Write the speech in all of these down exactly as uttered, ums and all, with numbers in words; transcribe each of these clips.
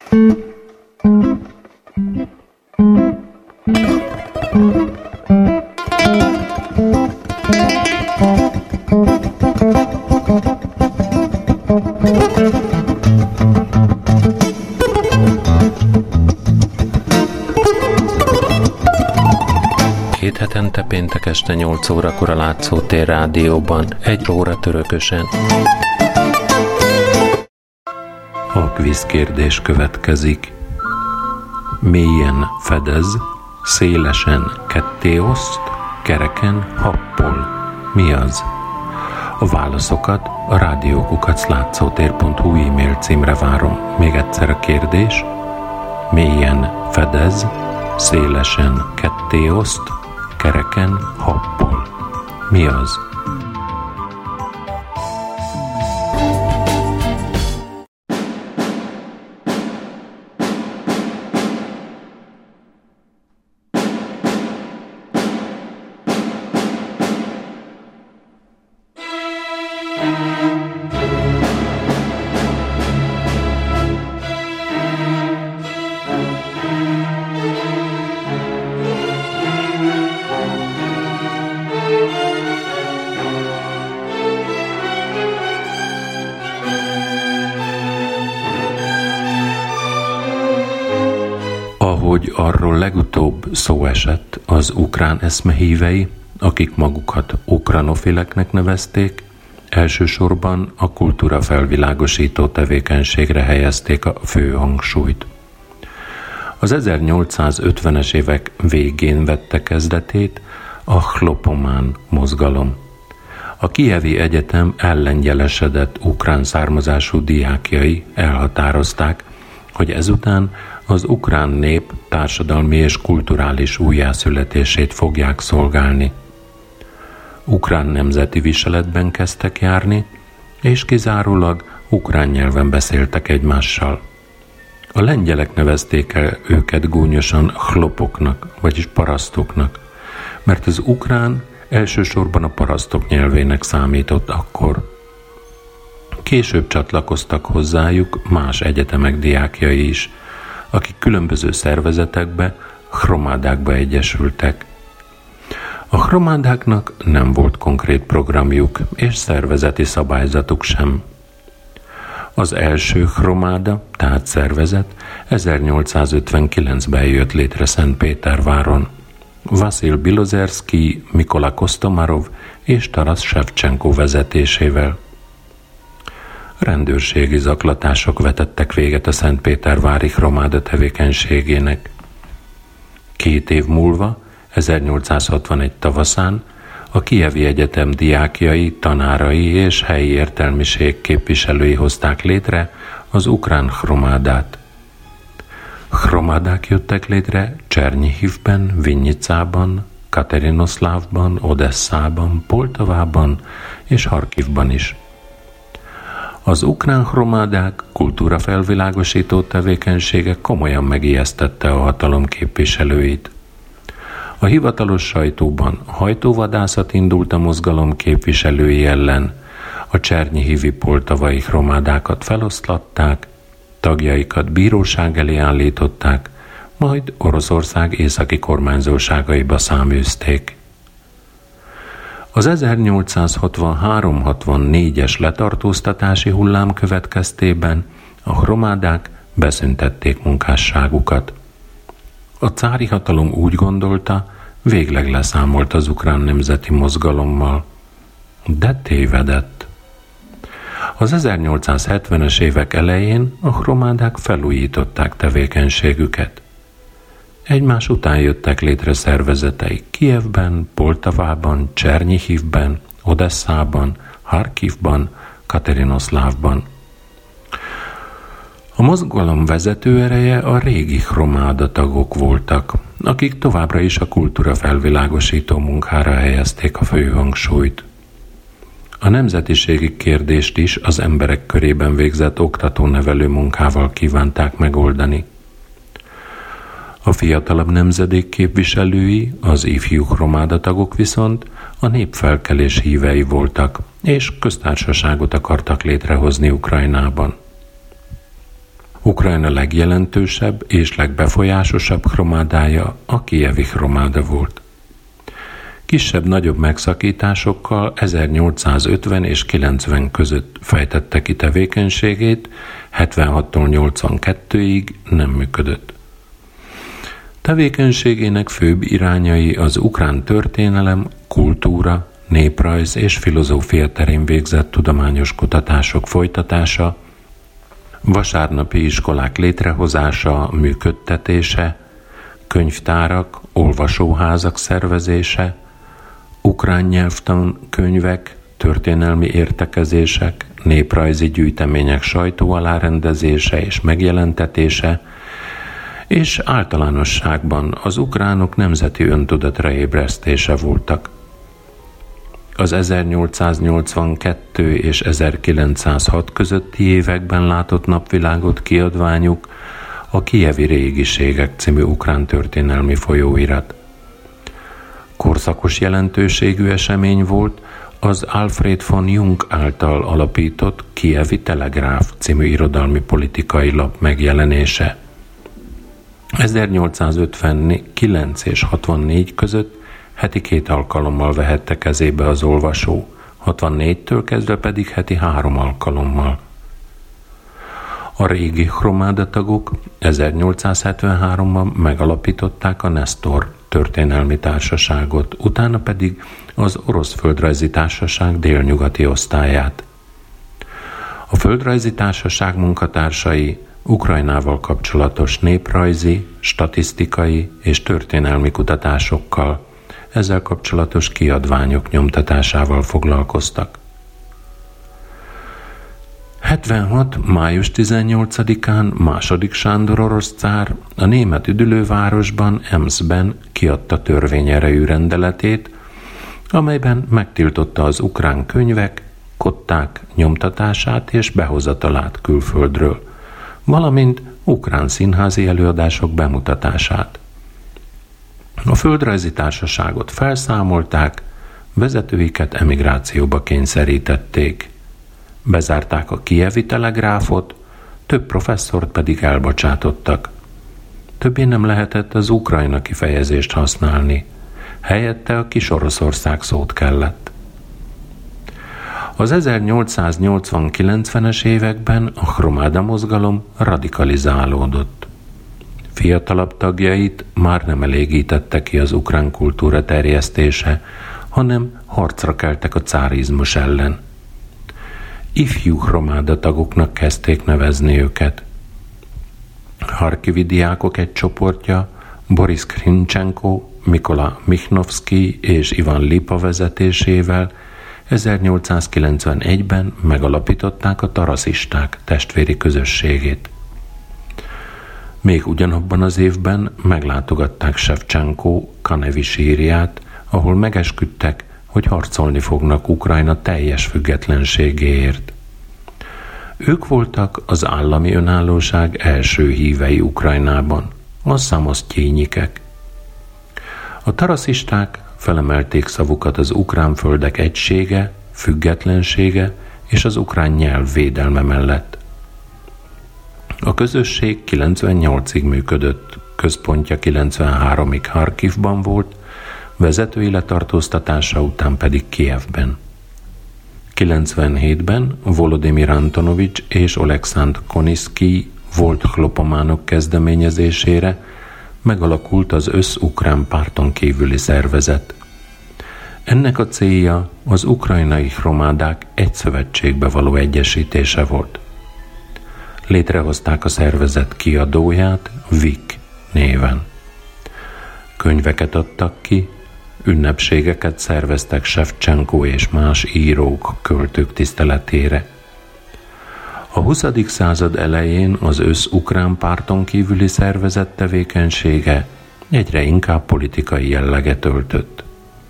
Két hetente péntek este nyolc órakor a Látszótér Rádióban, egy óra törökösen. A kvízkérdés következik. Mélyen fedez, szélesen kettéoszt, kereken happol. Mi az? A válaszokat a rádiókukac látszótér pont hu e-mail címre várom. Még egyszer a kérdés. Mélyen fedez, szélesen kettéoszt, kereken happol. Mi az? Ahogy arról legutóbb szó esett, az ukrán eszmehívei, akik magukat ukranofileknek nevezték, elsősorban a kultúra felvilágosító tevékenységre helyezték a fő hangsúlyt. Az ezernyolcszázötvenes évek végén vette kezdetét a chlopomán mozgalom. A Kijevi Egyetem ellengyelesedett ukrán származású diákjai elhatározták, hogy ezután az ukrán nép társadalmi és kulturális újjászületését fogják szolgálni. Ukrán nemzeti viseletben kezdtek járni, és kizárólag ukrán nyelven beszéltek egymással. A lengyelek nevezték el őket gúnyosan chlopoknak, vagyis parasztoknak, mert az ukrán elsősorban a parasztok nyelvének számított akkor. Később csatlakoztak hozzájuk más egyetemek diákjai is, akik különböző szervezetekbe, hromádákba egyesültek. A hromádáknak nem volt konkrét programjuk és szervezeti szabályzatuk sem. Az első hromáda, tehát szervezet ezernyolcszázötvenkilencben jött létre Szentpéterváron. Vasil Bilozerszkij, Mikola Kostomarov és Taras Sevcsenko vezetésével. Rendőrségi zaklatások vetettek véget a szentpétervári hromáda tevékenységének. Két év múlva, ezernyolcszázhatvanegy tavaszán a Kijevi Egyetem diákjai, tanárai és helyi értelmiség képviselői hozták létre az ukrán hromádát. Hromádák jöttek létre Csernyihivben, Vinnyicában, Katerinoszlávban, Odesszában, Poltavában és Harkivban is. Az ukrán hromádák kultúrafelvilágosító tevékenysége komolyan megijesztette a hatalom képviselőit. A hivatalos sajtóban hajtóvadászat indult a mozgalom képviselői ellen, a csernyihivi poltavai hromádákat feloszlatták, tagjaikat bíróság elé állították, majd Oroszország északi kormányzóságaiba száműzték. Az ezernyolcszázhatvanhárom hatvannégyes letartóztatási hullám következtében a hromádák beszüntették munkásságukat. A cári hatalom úgy gondolta, végleg leszámolt az ukrán nemzeti mozgalommal. De tévedett. Az ezernyolcszázhetvenes évek elején a hromádák felújították tevékenységüket. Egymás után jöttek létre szervezeteik Kijevben, Poltavában, Csernyihivben, Odesszában, Harkivban, Katerinoszlávban. A mozgalom vezető ereje a régi hromáda tagok voltak, akik továbbra is a kultúra felvilágosító munkára helyezték a fő hangsúlyt. A nemzetiségi kérdést is az emberek körében végzett oktató-nevelő munkával kívánták megoldani. A fiatalabb nemzedék képviselői, az ifjú hromáda tagok viszont a népfelkelés hívei voltak, és köztársaságot akartak létrehozni Ukrajnában. Ukrajna legjelentősebb és legbefolyásosabb hromádája a kijevi hromáda volt. Kisebb-nagyobb megszakításokkal ezernyolcszázötven és kilencven között fejtette ki tevékenységét, hetvenhattól nyolcvankettőig nem működött. Tevékenységének főbb irányai az ukrán történelem, kultúra, néprajz és filozófia terén végzett tudományos kutatások folytatása, vasárnapi iskolák létrehozása, működtetése, könyvtárak, olvasóházak szervezése, ukrán nyelvtan könyvek, történelmi értekezések, néprajzi gyűjtemények sajtó alárendezése és megjelentetése, és általánosságban az ukránok nemzeti öntudatra ébresztése voltak. Az ezernyolcszáznyolcvankettő és ezerkilencszázhat közötti években látott napvilágot kiadványuk a Kijevi Régiségek című ukrán történelmi folyóirat. Korszakos jelentőségű esemény volt az Alfred von Jung által alapított Kijevi Telegráf című irodalmi politikai lap megjelenése. ezernyolcszázötvenkilenc és hatvannégy között heti két alkalommal vehette kezébe az olvasó, hatvannégytől kezdve pedig heti három alkalommal. A régi hromáda tagok ezernyolcszázhetvenháromban megalapították a Nestor történelmi társaságot, utána pedig az Orosz Földrajzi Társaság délnyugati osztályát. A Földrajzi Társaság munkatársai Ukrajnával kapcsolatos néprajzi, statisztikai és történelmi kutatásokkal, ezzel kapcsolatos kiadványok nyomtatásával foglalkoztak. hetvenhat. május tizennyolcadikán második Sándor orosz cár a német üdülővárosban, Emszben kiadta törvényerejű rendeletét, amelyben megtiltotta az ukrán könyvek, kották nyomtatását és behozatalát külföldről, valamint ukrán színházi előadások bemutatását. A Földrajzi Társaságot felszámolták, vezetőiket emigrációba kényszerítették. Bezárták a Kijevi Telegráfot, több professzort pedig elbocsátottak. Többé nem lehetett az Ukrajna kifejezést használni, helyette a kis Oroszország szót kellett. Az ezernyolcszáznyolcvan-kilencvenes években a hromáda mozgalom radikalizálódott. Fiatalabb tagjait már nem elégítette ki az ukrán kultúra terjesztése, hanem harcra keltek a cárizmus ellen. Ifjú hromáda tagoknak kezdték nevezni őket. Harkivi diákok egy csoportja Boris Krincsenko, Mikola Michnovszky és Ivan Lipa vezetésével ezernyolcszázkilencvenegyben megalapították a taraszisták testvéri közösségét. Még ugyanabban az évben meglátogatták Sevcsenko Kanevi sírját, ahol megesküdtek, hogy harcolni fognak Ukrajna teljes függetlenségéért. Ők voltak az állami önállóság első hívei Ukrajnában, a szamosztyényikek. A taraszisták felemelték szavukat az ukrán földek egysége, függetlensége és az ukrán nyelv védelme mellett. A közösség kilencvennyolcig működött, központja kilencvenháromig Harkivban volt, vezetői letartóztatása után pedig Kijevben. kilencvenhétben Volodymyr Antonovics és Oleksandr Koniszkij volt chlopománok kezdeményezésére megalakult az Összukrán párton kívüli szervezet. Ennek a célja az ukrajnai hromádák egy szövetségbe való egyesítése volt. Létrehozták a szervezet kiadóját Vik néven. Könyveket adtak ki, ünnepségeket szerveztek Sevcsenko és más írók, költők tiszteletére. A huszadik század elején az Összukrán párton kívüli szervezet tevékenysége egyre inkább politikai jelleget öltött.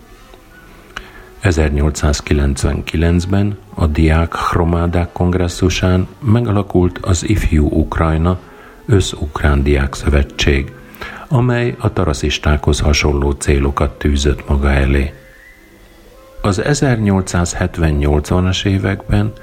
ezernyolcszázkilencvenkilencben a Diák Hromádák kongresszusán megalakult az Ifjú Ukrajna Összukrán Diák Szövetség, amely a taraszistákhoz hasonló célokat tűzött maga elé. Az ezernyolcszázhetven-nyolcvanas években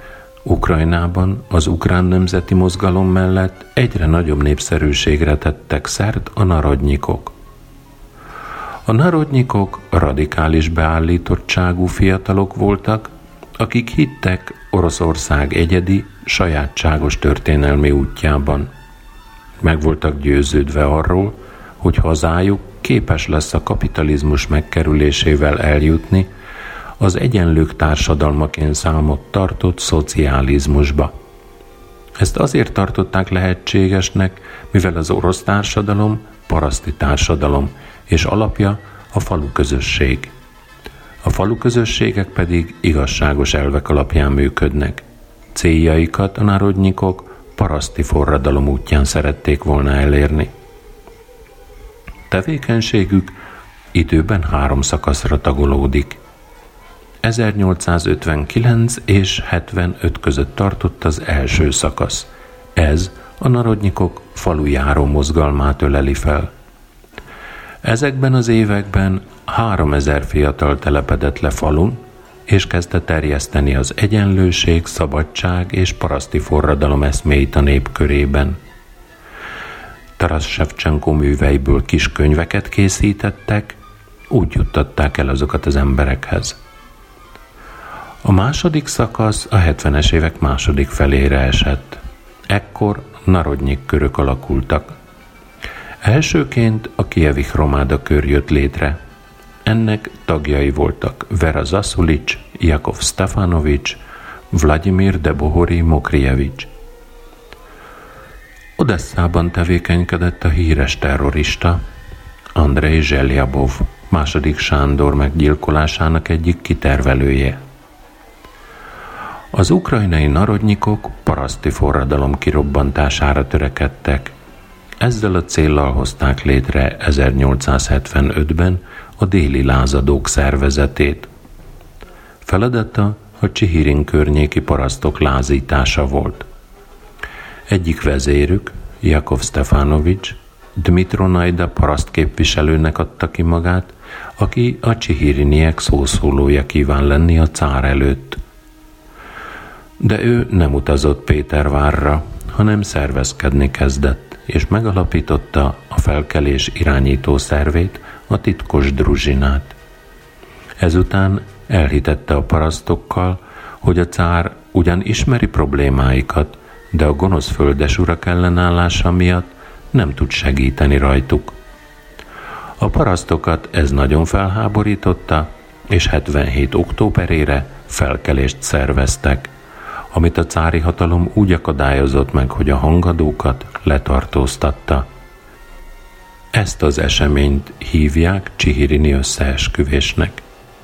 Ukrajnában az ukrán nemzeti mozgalom mellett egyre nagyobb népszerűségre tettek szert a narodnyikok. A narodnyikok radikális beállítottságú fiatalok voltak, akik hittek Oroszország egyedi, sajátságos történelmi útjában. Meg voltak győződve arról, hogy hazájuk képes lesz a kapitalizmus megkerülésével eljutni az egyenlők társadalmaként számot tartott szocializmusba. Ezt azért tartották lehetségesnek, mivel az orosz társadalom paraszti társadalom, és alapja a faluközösség. A faluközösségek pedig igazságos elvek alapján működnek. Céljaikat a narodnyikok paraszti forradalom útján szerették volna elérni. Tevékenységük időben három szakaszra tagolódik. ezernyolcszázötvenkilenc és hetvenöt között tartott az első szakasz. Ez a narodnyikok falujáró mozgalmát öleli fel. Ezekben az években háromezer fiatal telepedett le falun, és kezdte terjeszteni az egyenlőség, szabadság és paraszti forradalom eszméit a nép körében. Taras Sevcsenko műveiből kis könyveket készítettek, úgy juttatták el azokat az emberekhez. A második szakasz a hetvenes évek második felére esett. Ekkor narodnyik körök alakultak. Elsőként a kijevi Hromáda kör jött létre. Ennek tagjai voltak Vera Zasulics, Jakov Stefanovics, Vladimir Debohori Mokrijevics. Odesszában tevékenykedett a híres terrorista Andrei Zseljabov, második Sándor meggyilkolásának egyik kitervelője. Az ukrajnai narodnyikok paraszti forradalom kirobbantására törekedtek. Ezzel a céllal hozták létre ezernyolcszázhetvenötben a Déli Lázadók szervezetét. Feladata a Csihirin környéki parasztok lázítása volt. Egyik vezérük, Jakov Stefanovics, Dmitronajda paraszt képviselőnek adta ki magát, aki a csihiriniek szószólója kíván lenni a cár előtt. De ő nem utazott Pétervárra, hanem szervezkedni kezdett, és megalapította a felkelés irányító szervét, a titkos druzsinát. Ezután elhitette a parasztokkal, hogy a cár ugyan ismeri problémáikat, de a gonosz földesurak ellenállása miatt nem tud segíteni rajtuk. A parasztokat ez nagyon felháborította, és hetvenhét októberére felkelést szerveztek, amit a cári hatalom úgy akadályozott meg, hogy a hangadókat letartóztatta. Ezt az eseményt hívják csihirini összeesküvésnek.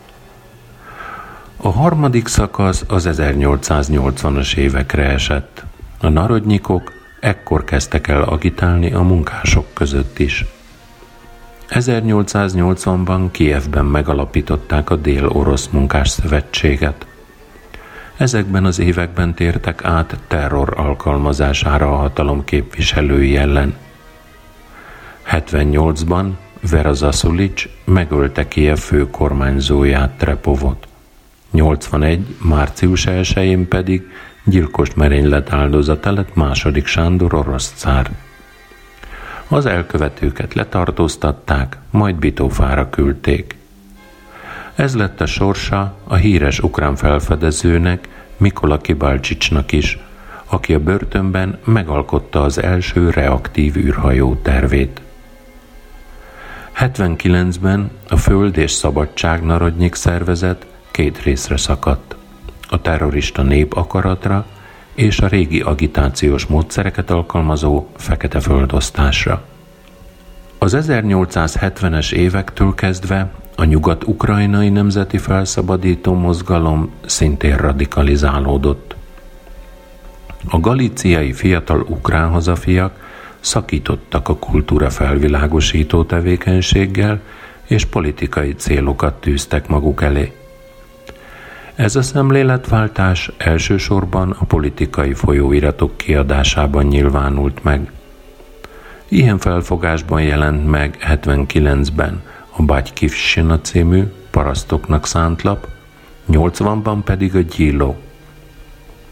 A harmadik szakasz az ezernyolcszáznyolcvanas évekre esett. A narodnyikok ekkor kezdtek el agitálni a munkások között is. ezernyolcszáznyolcvanban Kijevben megalapították a Dél-Orosz Munkás Szövetséget. Ezekben az években tértek át terror alkalmazására a hatalom képviselői ellen. hetvennyolcban Vera Zasulics megölte Kijev fő kormányzóját, Trepovot. nyolcvanegy. március elsején pedig gyilkos merénylet áldozata lett második Sándor orosz cár. Az elkövetőket letartóztatták, majd Bitófára küldték. Ez lett a sorsa a híres ukrán felfedezőnek, Mikola Kibalcsicsnak is, aki a börtönben megalkotta az első reaktív űrhajó tervét. hetvenkilencben a Föld és Szabadság narodnyik szervezet két részre szakadt, a terrorista nép akaratra és a régi agitációs módszereket alkalmazó Fekete Földosztásra. Az ezernyolcszázhetvenes évektől kezdve a nyugat-ukrajnai nemzeti felszabadító mozgalom szintén radikalizálódott. A galíciai fiatal ukrán hazafiak szakítottak a kultúra felvilágosító tevékenységgel, és politikai célokat tűztek maguk elé. Ez a szemléletváltás elsősorban a politikai folyóiratok kiadásában nyilvánult meg. Ilyen felfogásban jelent meg hetvenkilencben a Batykivsina című parasztoknak szánt lap, nyolcvanban pedig a Gyilo.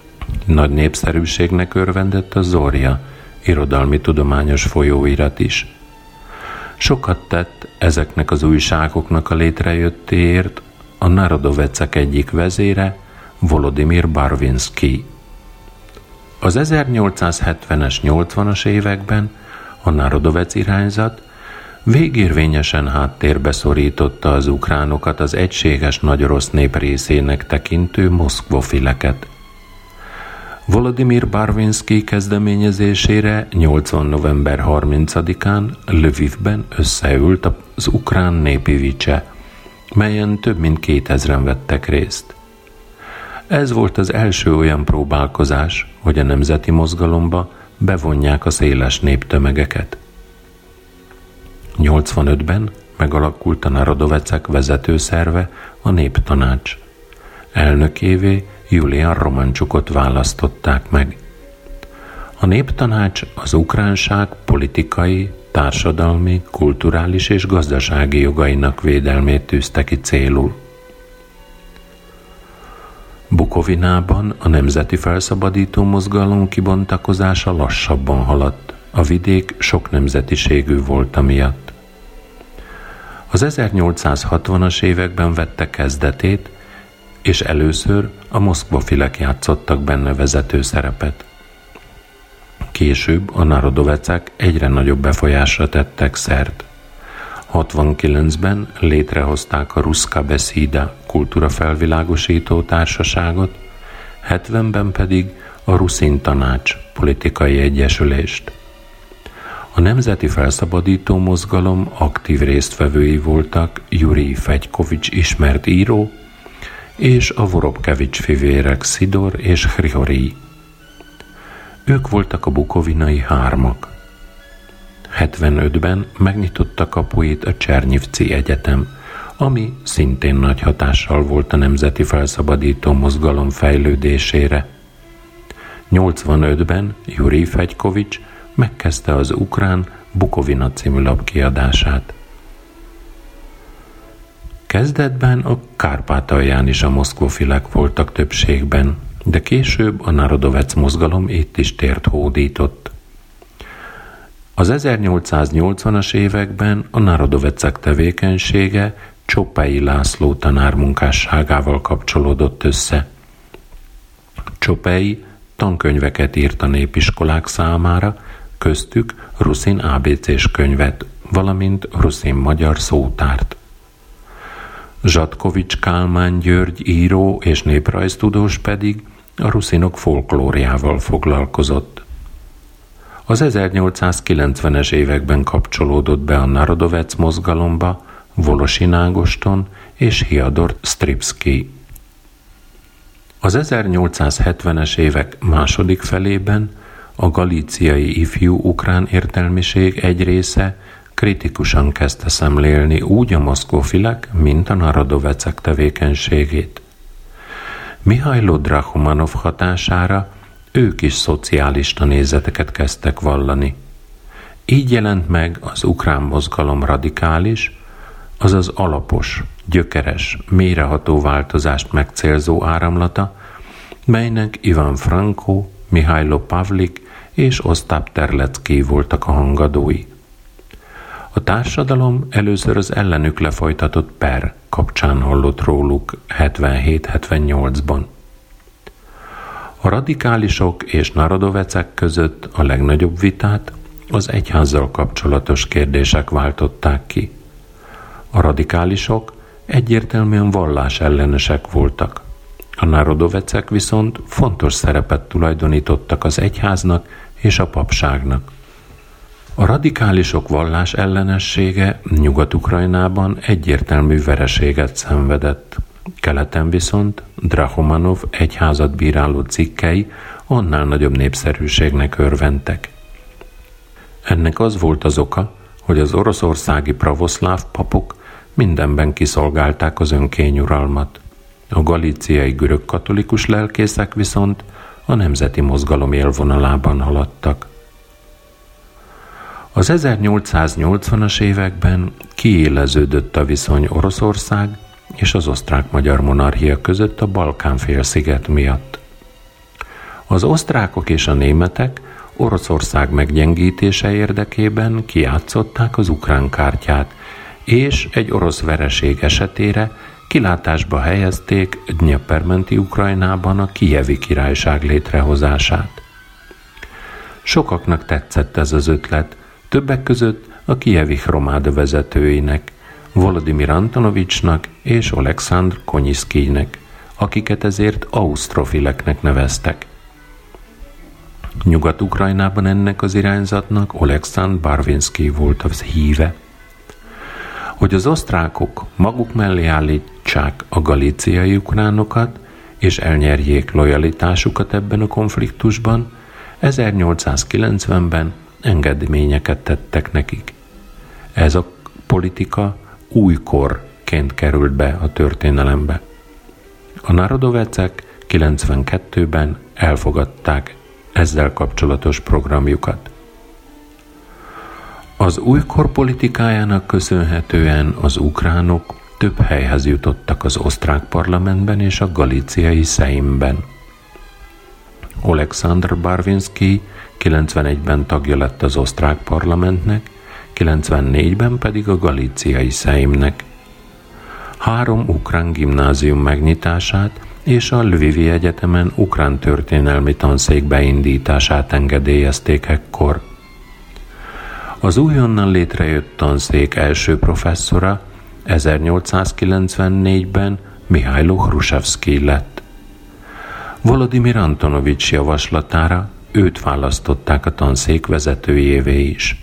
Nagy népszerűségnek örvendett a Zorja, irodalmi tudományos folyóirat is. Sokat tett ezeknek az újságoknak a létrejöttéért a Narodovecek egyik vezére, Volodymyr Barvinsky. Az ezernyolcszázhetvenes, nyolcvanas években a Narodovec irányzat végérvényesen háttérbe szorította az ukránokat az egységes nagyorosz nép részének tekintő moszkvofileket. Volodymyr Barvinsky kezdeményezésére nyolcvan november harmincadikán Lvivben összeült az ukrán népi vicse, melyen több mint kétezren vettek részt. Ez volt az első olyan próbálkozás, hogy a nemzeti mozgalomba bevonják a széles néptömegeket. nyolcvanötben megalakult a Narodovecek vezetőszerve, a Néptanács. Elnökévé Julian Romancsukot választották meg. A Néptanács az ukránság politikai, társadalmi, kulturális és gazdasági jogainak védelmét tűzte ki célul. Bukovinában a nemzeti felszabadító mozgalom kibontakozása lassabban haladt, a vidék sok nemzetiségű volt amiatt. Az ezernyolcszázhatvanas években vette kezdetét, és először a moszkvafilek játszottak benne vezető szerepet. Később a Narodovecek egyre nagyobb befolyásra tettek szert. hatvankilencben létrehozták a Ruszka Beszida kultúrafelvilágosító társaságot, hetvenben pedig a Ruszin Tanács politikai egyesülést. A nemzeti felszabadító mozgalom aktív résztvevői voltak Jurij Fegykovics ismert író, és a Vorobkevics fivérek Szidor és Hrihorij. Ők voltak a bukovinai hármak. hetvenötben megnyitotta kapuit a Csernyivci Egyetem, ami szintén nagy hatással volt a nemzeti felszabadító mozgalom fejlődésére. nyolcvanötben Jurij Fegykovics megkezdte az ukrán Bukovina című lapkiadását. Kezdetben a Kárpátalján is a moszkvofilek voltak többségben, de később a Narodovec mozgalom itt is tért hódított. Az ezernyolcszáznyolcvanas években a Narodovecek tevékenysége Csopei László tanár munkásságával kapcsolódott össze. Csopei tankönyveket írt a népiskolák számára, köztük ruszin á bé cés könyvet, valamint ruszin magyar szótárt. Zsatkovics Kálmán György író és néprajztudós pedig a ruszinok folklóriával foglalkozott. Az ezernyolcszázkilencvenes években kapcsolódott be a Narodovec mozgalomba Volosin Ágoston és Hiador Stripszky. Az ezernyolcszázhetvenes évek második felében a galíciai ifjú ukrán értelmiség egy része kritikusan kezdte szemlélni úgy a moszkvofilek, mint a Narodovecek tevékenységét. Mihajlo Drahomanov hatására ők is szocialista nézeteket kezdtek vallani. Így jelent meg az ukrán mozgalom radikális, azaz alapos, gyökeres, mélyreható változást megcélzó áramlata, melynek Ivan Franko, Mihajlo Pavlik és Ostap Terlecki voltak a hangadói. A társadalom először az ellenük lefolytatott per kapcsán hallott róluk hetvenhét-hetvennyolcban. A radikálisok és Narodovecek között a legnagyobb vitát az egyházzal kapcsolatos kérdések váltották ki. A radikálisok egyértelműen vallásellenesek voltak. A Narodovecek viszont fontos szerepet tulajdonítottak az egyháznak és a papságnak. A radikálisok vallás ellenessége Nyugat-Ukrajnában egyértelmű vereséget szenvedett. Keleten viszont Drahomanov egyházat bíráló cikkei annál nagyobb népszerűségnek örventek. Ennek az volt az oka, hogy az oroszországi pravoszláv papok mindenben kiszolgálták az önkényuralmat. A galíciai görögkatolikus lelkészek viszont a nemzeti mozgalom élvonalában haladtak. Az ezernyolcszáznyolcvanas években kiéleződött a viszony Oroszország és az osztrák-magyar monarchia között a Balkán-félsziget miatt. Az osztrákok és a németek Oroszország meggyengítése érdekében kijátszották az ukrán kártyát, és egy orosz vereség esetére kilátásba helyezték Dnyeper-menti Ukrajnában a Kijevi Királyság létrehozását. Sokaknak tetszett ez az ötlet, többek között a Kijevi Hromáda vezetőinek, Volodymyr Antonovicsnak és Olekszandr Konyiszkijnek, akiket ezért ausztrofileknek neveztek. Nyugat-Ukrajnában ennek az irányzatnak Olekszandr Barvinszkij volt az híve. Hogy az osztrákok maguk mellé állítsák a galíciai ukránokat, és elnyerjék lojalitásukat ebben a konfliktusban, ezernyolcszázkilencvenben engedményeket tettek nekik. Ez a politika újkorként került be a történelembe. A narodovecek kilencvenkettőben elfogadták ezzel kapcsolatos programjukat. Az újkor politikájának köszönhetően az ukránok több helyhez jutottak az osztrák parlamentben és a galíciai Szeimben. Olekszandr Barvinszkij kilencvenegyben tagja lett az osztrák parlamentnek, kilencvennégyben pedig a galíciai Szeimnek. Három ukrán gimnázium megnyitását és a Lvivi Egyetemen ukrán történelmi tanszék beindítását engedélyezték ekkor. Az újonnan létrejött tanszék első professzora ezernyolcszázkilencvennégyben Mihailo Hrusevszkij lett. Volodymyr Antonovics javaslatára őt választották a tanszék vezetőjévé is.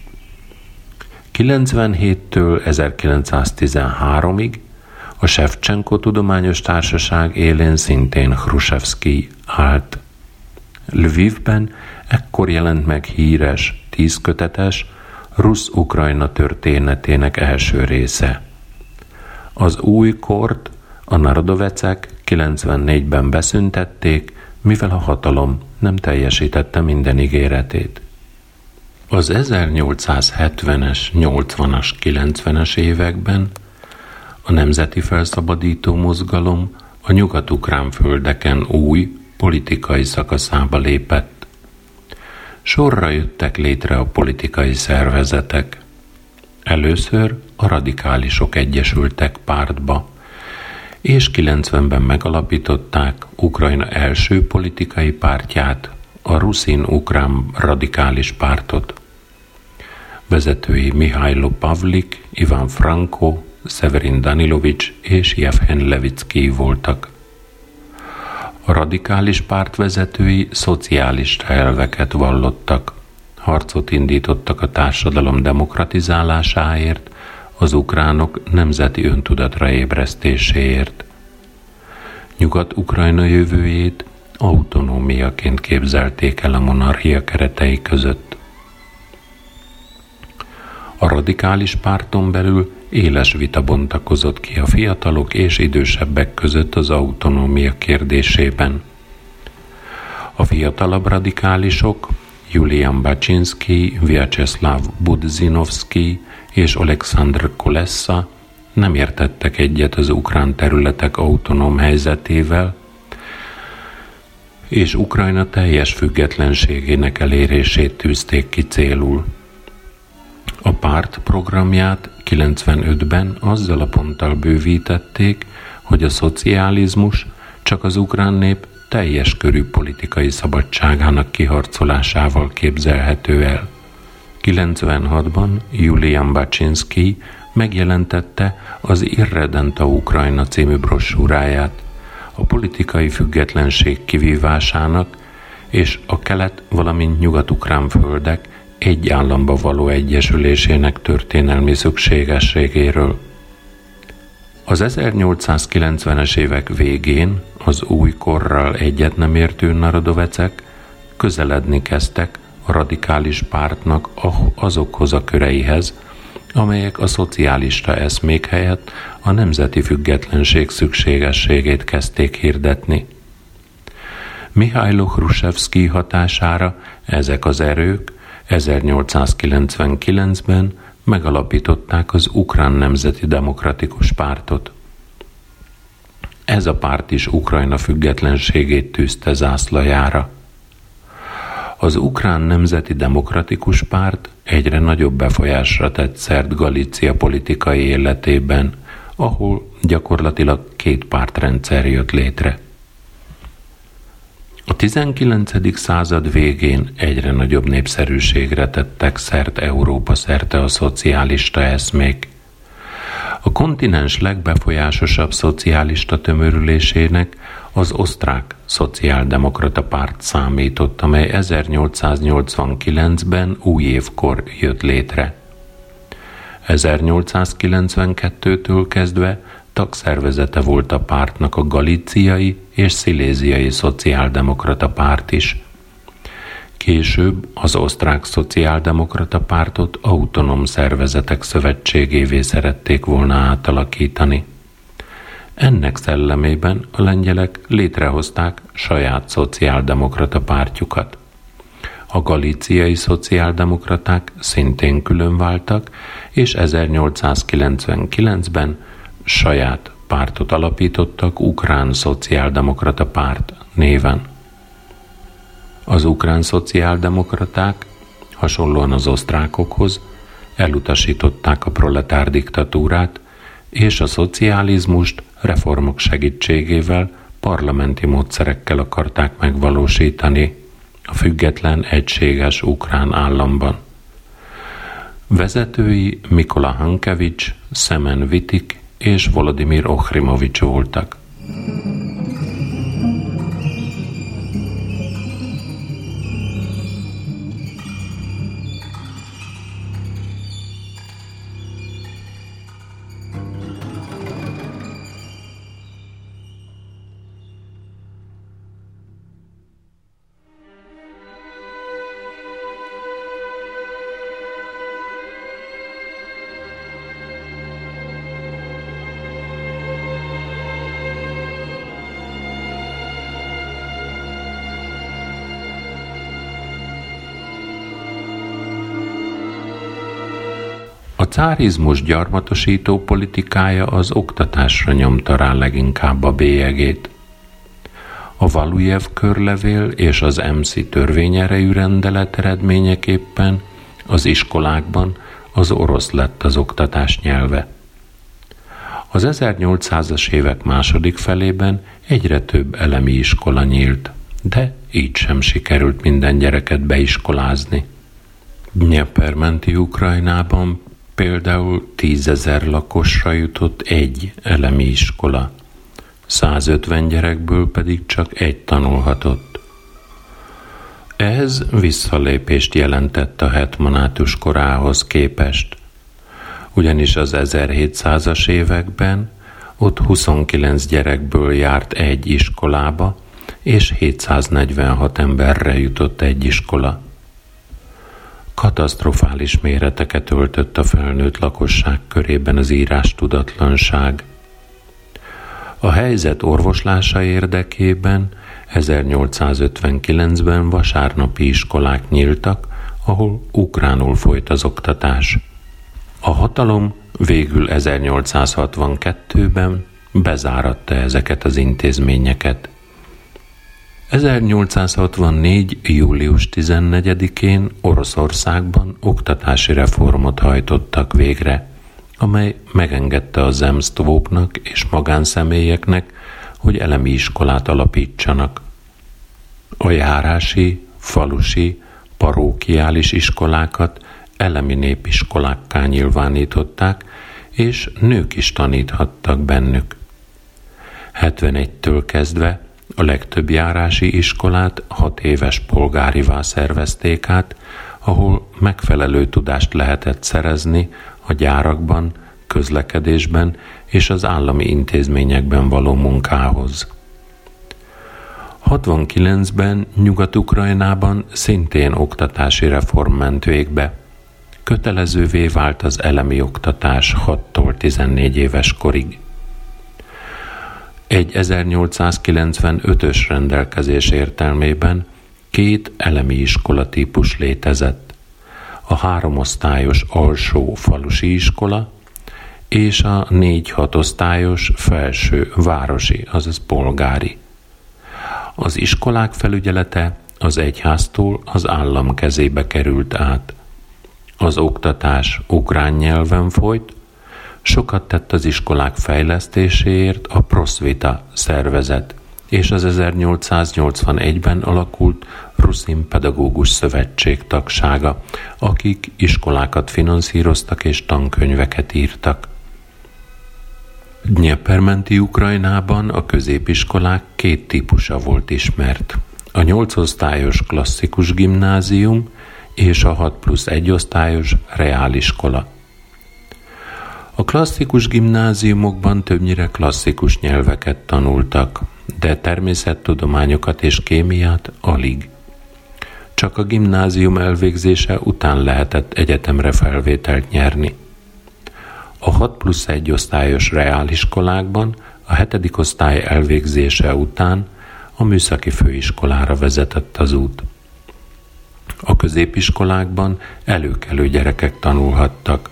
kilencvenhéttől ezerkilencszáztizenháromig a Sevcsenko Tudományos Társaság élén szintén Hrusevszkij állt. Lvivben ekkor jelent meg híres, tízkötetes Rusz-Ukrajna történetének első része. Az új kort a narodovecek kilencvennégyben beszüntették, mivel a hatalom nem teljesítette minden ígéretét. Az ezernyolcszázhetvenes, nyolcvanas, kilencvenes években a nemzeti felszabadító mozgalom a nyugat-ukrán földeken új politikai szakaszába lépett. Sorra jöttek létre a politikai szervezetek. Először a radikálisok egyesültek pártba, és kilencvenben megalapították Ukrajna első politikai pártját, a Ruszin-ukrán radikális pártot. Vezetői Mihailo Pavlik, Ivan Franko, Severin Danilovics és Jevhen Levickij voltak. A radikális párt vezetői szocialista elveket vallottak, harcot indítottak a társadalom demokratizálásáért, az ukránok nemzeti öntudatra ébresztéséért. Nyugat-Ukrajna jövőjét autonómiaként képzelték el a monarchia keretei között. A radikális párton belül éles vita bontakozott ki a fiatalok és idősebbek között az autonómia kérdésében. A fiatalabb radikálisok Julian Baczynszkij, Vyacheslav Budzinovszkij és Olekszandr Kolessa nem értettek egyet az ukrán területek autonóm helyzetével, és Ukrajna teljes függetlenségének elérését tűzték ki célul. A párt programját kilencvenötben azzal a ponttal bővítették, hogy a szocializmus csak az ukrán nép teljes körű politikai szabadságának kiharcolásával képzelhető el. kilencvenhatban Julian Baczynszkij megjelentette az Irredenta Ukrajna című brossúráját, a politikai függetlenség kivívásának és a kelet, valamint nyugat-ukrán földek egy államba való egyesülésének történelmi szükségességéről. Az ezernyolcszázkilencvenes évek végén az új korral egyet nem értő narodovecek közeledni kezdtek a radikális pártnak azokhoz a köreihez, amelyek a szocialista eszmék helyett a nemzeti függetlenség szükségességét kezdték hirdetni. Mihailo Hrusevszkij hatására ezek az erők ezernyolcszázkilencvenkilencben megalapították az Ukrán Nemzeti Demokratikus Pártot. Ez a párt is Ukrajna függetlenségét tűzte zászlajára. Az Ukrán Nemzeti Demokratikus Párt egyre nagyobb befolyásra tett szert Galícia politikai életében, ahol gyakorlatilag két pártrendszer jött létre. A tizenkilencedik század végén egyre nagyobb népszerűségre tettek szert Európa szerte a szocialista eszmék. A kontinens legbefolyásosabb szocialista tömörülésének az Osztrák Szociáldemokrata Párt számított, amely ezernyolcszáznyolcvankilencben új évkor jött létre. ezernyolcszázkilencvenkettőtől kezdve tagszervezete volt a pártnak a Galíciai és Sziléziai Szociáldemokrata Párt is. Később az Osztrák Szociáldemokrata Pártot autonóm szervezetek szövetségévé szerették volna átalakítani. Ennek szellemében a lengyelek létrehozták saját szociáldemokrata pártjukat. A galíciai szociáldemokraták szintén különváltak, és ezernyolcszázkilencvenkilencben saját pártot alapítottak, Ukrán Szociáldemokrata Párt néven. Az ukrán szociáldemokraták, hasonlóan az osztrákokhoz, elutasították a proletár diktatúrát, és a szocializmust reformok segítségével parlamenti módszerekkel akarták megvalósítani a független, egységes ukrán államban. Vezetői Mikola Hankevics, Szemen Vitik és Volodimir Ohrimovics voltak. A cárizmus gyarmatosító politikája az oktatásra nyomta rá leginkább a bélyegét. A Valujev körlevél és az em cé törvényerejű rendelet eredményeképpen az iskolákban az orosz lett az oktatás nyelve. Az ezernyolcszázas évek második felében egyre több elemi iskola nyílt, de így sem sikerült minden gyereket beiskolázni. Dnyeper-menti Ukrajnában például tízezer lakosra jutott egy elemi iskola, százötven gyerekből pedig csak egy tanulhatott. Ez visszalépést jelentett a hetmanátus korához képest, ugyanis az ezerhétszázas években ott huszonkilenc gyerekből járt egy iskolába, és hétszáznegyvenhat emberre jutott egy iskola. Katasztrofális méreteket öltött a felnőtt lakosság körében az írástudatlanság. A helyzet orvoslása érdekében ezernyolcszázötvenkilencben vasárnapi iskolák nyíltak, ahol ukránul folyt az oktatás. A hatalom végül ezernyolcszázhatvankettőben bezáratta ezeket az intézményeket. ezernyolcszázhatvannégy. július tizennegyedikén Oroszországban oktatási reformot hajtottak végre, amely megengedte a zemsztvóknak és magánszemélyeknek, hogy elemi iskolát alapítsanak. A járási, falusi, parókiális iskolákat elemi népiskolákká nyilvánították, és nők is taníthattak bennük. hetvenegytől kezdve a legtöbb járási iskolát hat éves polgárivá szervezték át, ahol megfelelő tudást lehetett szerezni a gyárakban, közlekedésben és az állami intézményekben való munkához. hatvankilencben Nyugat-Ukrajnában szintén oktatási reform ment végbe. Kötelezővé vált az elemi oktatás hattól tizennégy éves korig. Egy ezernyolcszázkilencvenötös rendelkezés értelmében két elemi iskola típus létezett. A háromosztályos alsó falusi iskola és a négy-hat osztályos felső városi, azaz polgári. Az iskolák felügyelete az egyháztól az állam kezébe került át. Az oktatás ukrán nyelven folyt, sokat tett az iskolák fejlesztéséért a Prosvita szervezet, és az ezernyolcszáznyolcvanegyben alakult Ruszin Pedagógus Szövetség tagsága, akik iskolákat finanszíroztak és tankönyveket írtak. Dnyeper-menti Ukrajnában a középiskolák két típusa volt ismert. A nyolcosztályos klasszikus gimnázium és a hat plusz egy osztályos reáliskola. A klasszikus gimnáziumokban többnyire klasszikus nyelveket tanultak, de természettudományokat és kémiát alig. Csak a gimnázium elvégzése után lehetett egyetemre felvételt nyerni. A hat plusz egy osztályos reáliskolákban a hetedik osztály elvégzése után a műszaki főiskolára vezetett az út. A középiskolákban előkelő gyerekek tanulhattak.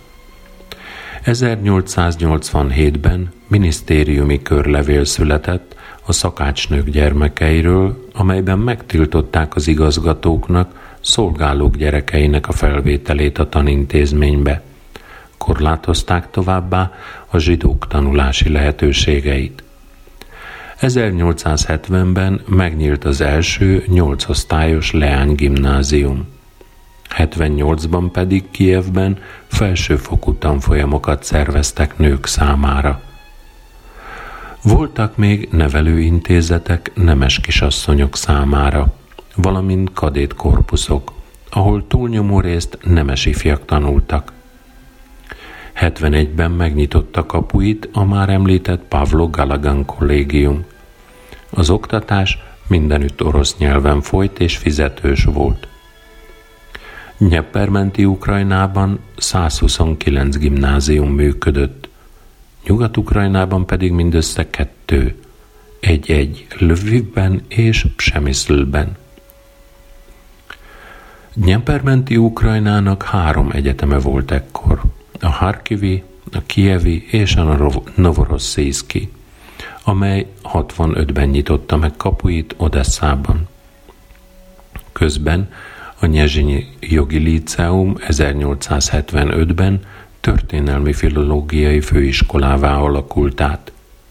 ezernyolcszáznyolcvanhétben minisztériumi körlevél született a szakácsnők gyermekeiről, amelyben megtiltották az igazgatóknak szolgálók gyerekeinek a felvételét a tanintézménybe. Korlátozták továbbá a zsidók tanulási lehetőségeit. ezernyolcszázhetvenben megnyílt az első nyolcosztályos leánygimnázium. hetvennyolcban pedig Kijevben felsőfokú tanfolyamokat szerveztek nők számára. Voltak még nevelőintézetek nemes kisasszonyok számára, valamint kadétkorpuszok, ahol túlnyomó részt nemes ifjak tanultak. hetvenegyben megnyitotta kapuit a már említett Pavlo Galagan kollégium. Az oktatás mindenütt orosz nyelven folyt és fizetős volt. Dnyeper-menti Ukrajnában százhuszonkilenc gimnázium működött, Nyugat-Ukrajnában pedig mindössze kettő, egy-egy Lvivben és Przemyszlben. Dnyeper-menti Ukrajnának három egyeteme volt ekkor, a Harkivi, a Kijevi és a Novorosszijszki, amely hatvanötben nyitotta meg kapuit Odesszában. Közben a Nyezsinyi Jogi Líceum ezernyolcszázhetvenötben történelmi filológiai főiskolává alakult át.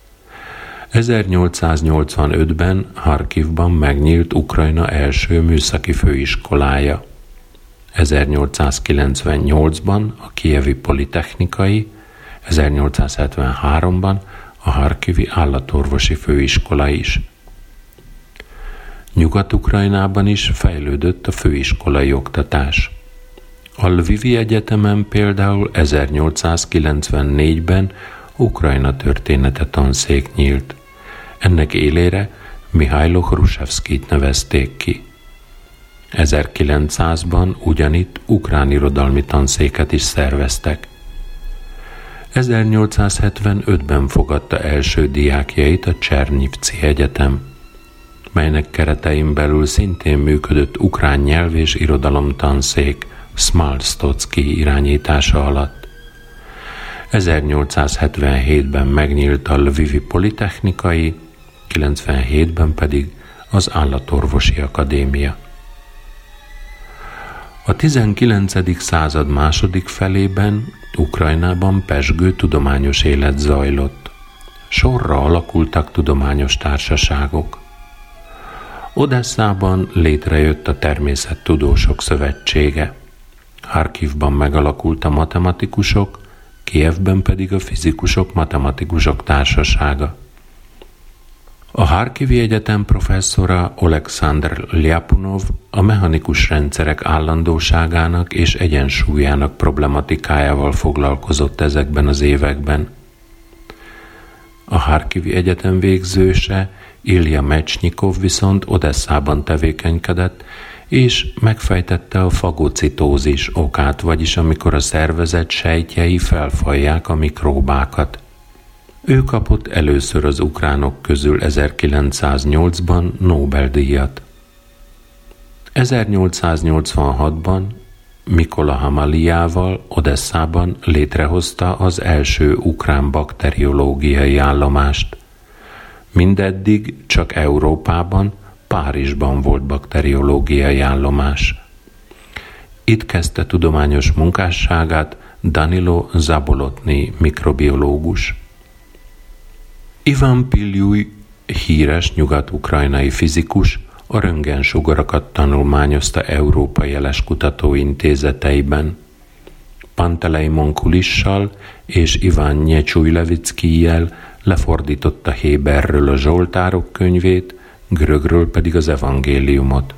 ezernyolcszáznyolcvanötben Harkivban megnyílt Ukrajna első műszaki főiskolája. ezernyolcszázkilencvennyolcban a Kijevi Politechnikai, ezernyolcszázhetvenháromban a Harkivi Állatorvosi Főiskola is. Nyugat-Ukrajnában is fejlődött a főiskolai oktatás. A Lvivi Egyetemen például ezernyolcszázkilencvennégyben Ukrajna története tanszék nyílt. Ennek élére Mihailo Hrushevszkijt nevezték ki. ezerkilencszázban ugyanitt ukrán irodalmi tanszéket is szerveztek. ezernyolcszázhetvenötben fogadta első diákjait a Csernyivci Egyetem, melynek keretein belül szintén működött ukrán nyelv és irodalom tanszék Szmalsztocki irányítása alatt. ezernyolcszázhetvenhétben megnyílt a Lvivi Politechnikai, kilencvenhétben pedig az Állatorvosi Akadémia. A tizenkilencedik század második felében Ukrajnában pezsgő tudományos élet zajlott. Sorra alakultak tudományos társaságok. Odesszában létrejött a Természettudósok Szövetsége. Harkivban megalakult a Matematikusok, Kijevben pedig a Fizikusok Matematikusok Társasága. A Harkivi Egyetem professzora Oleksandr Ljapunov a mechanikus rendszerek állandóságának és egyensúlyának problematikájával foglalkozott ezekben az években. A Harkivi Egyetem végzőse Ilja Mechnyikov viszont Odesszában tevékenykedett, és megfejtette a fagocitózis okát, vagyis amikor a szervezet sejtjei felfalják a mikróbákat. Ő kapott először az ukránok közül ezerkilencszáznyolcban Nobel-díjat. ezernyolcszáznyolcvanhatban Mikola Hamaliával Odesszában létrehozta az első ukrán bakteriológiai állomást. Mindeddig csak Európában, Párizsban volt bakteriológiai állomás. Itt kezdte tudományos munkásságát Danilo Zabolotny mikrobiológus. Ivan Piljuj, híres nyugat-ukrajnai fizikus, a röntgensugarakat tanulmányozta Európa Jeles Kutatóintézeteiben. Panteleimon Kulissal és Ivan Nyecsujlevickijjel lefordította Héberről a Zsoltárok könyvét, görögről pedig az evangéliumot.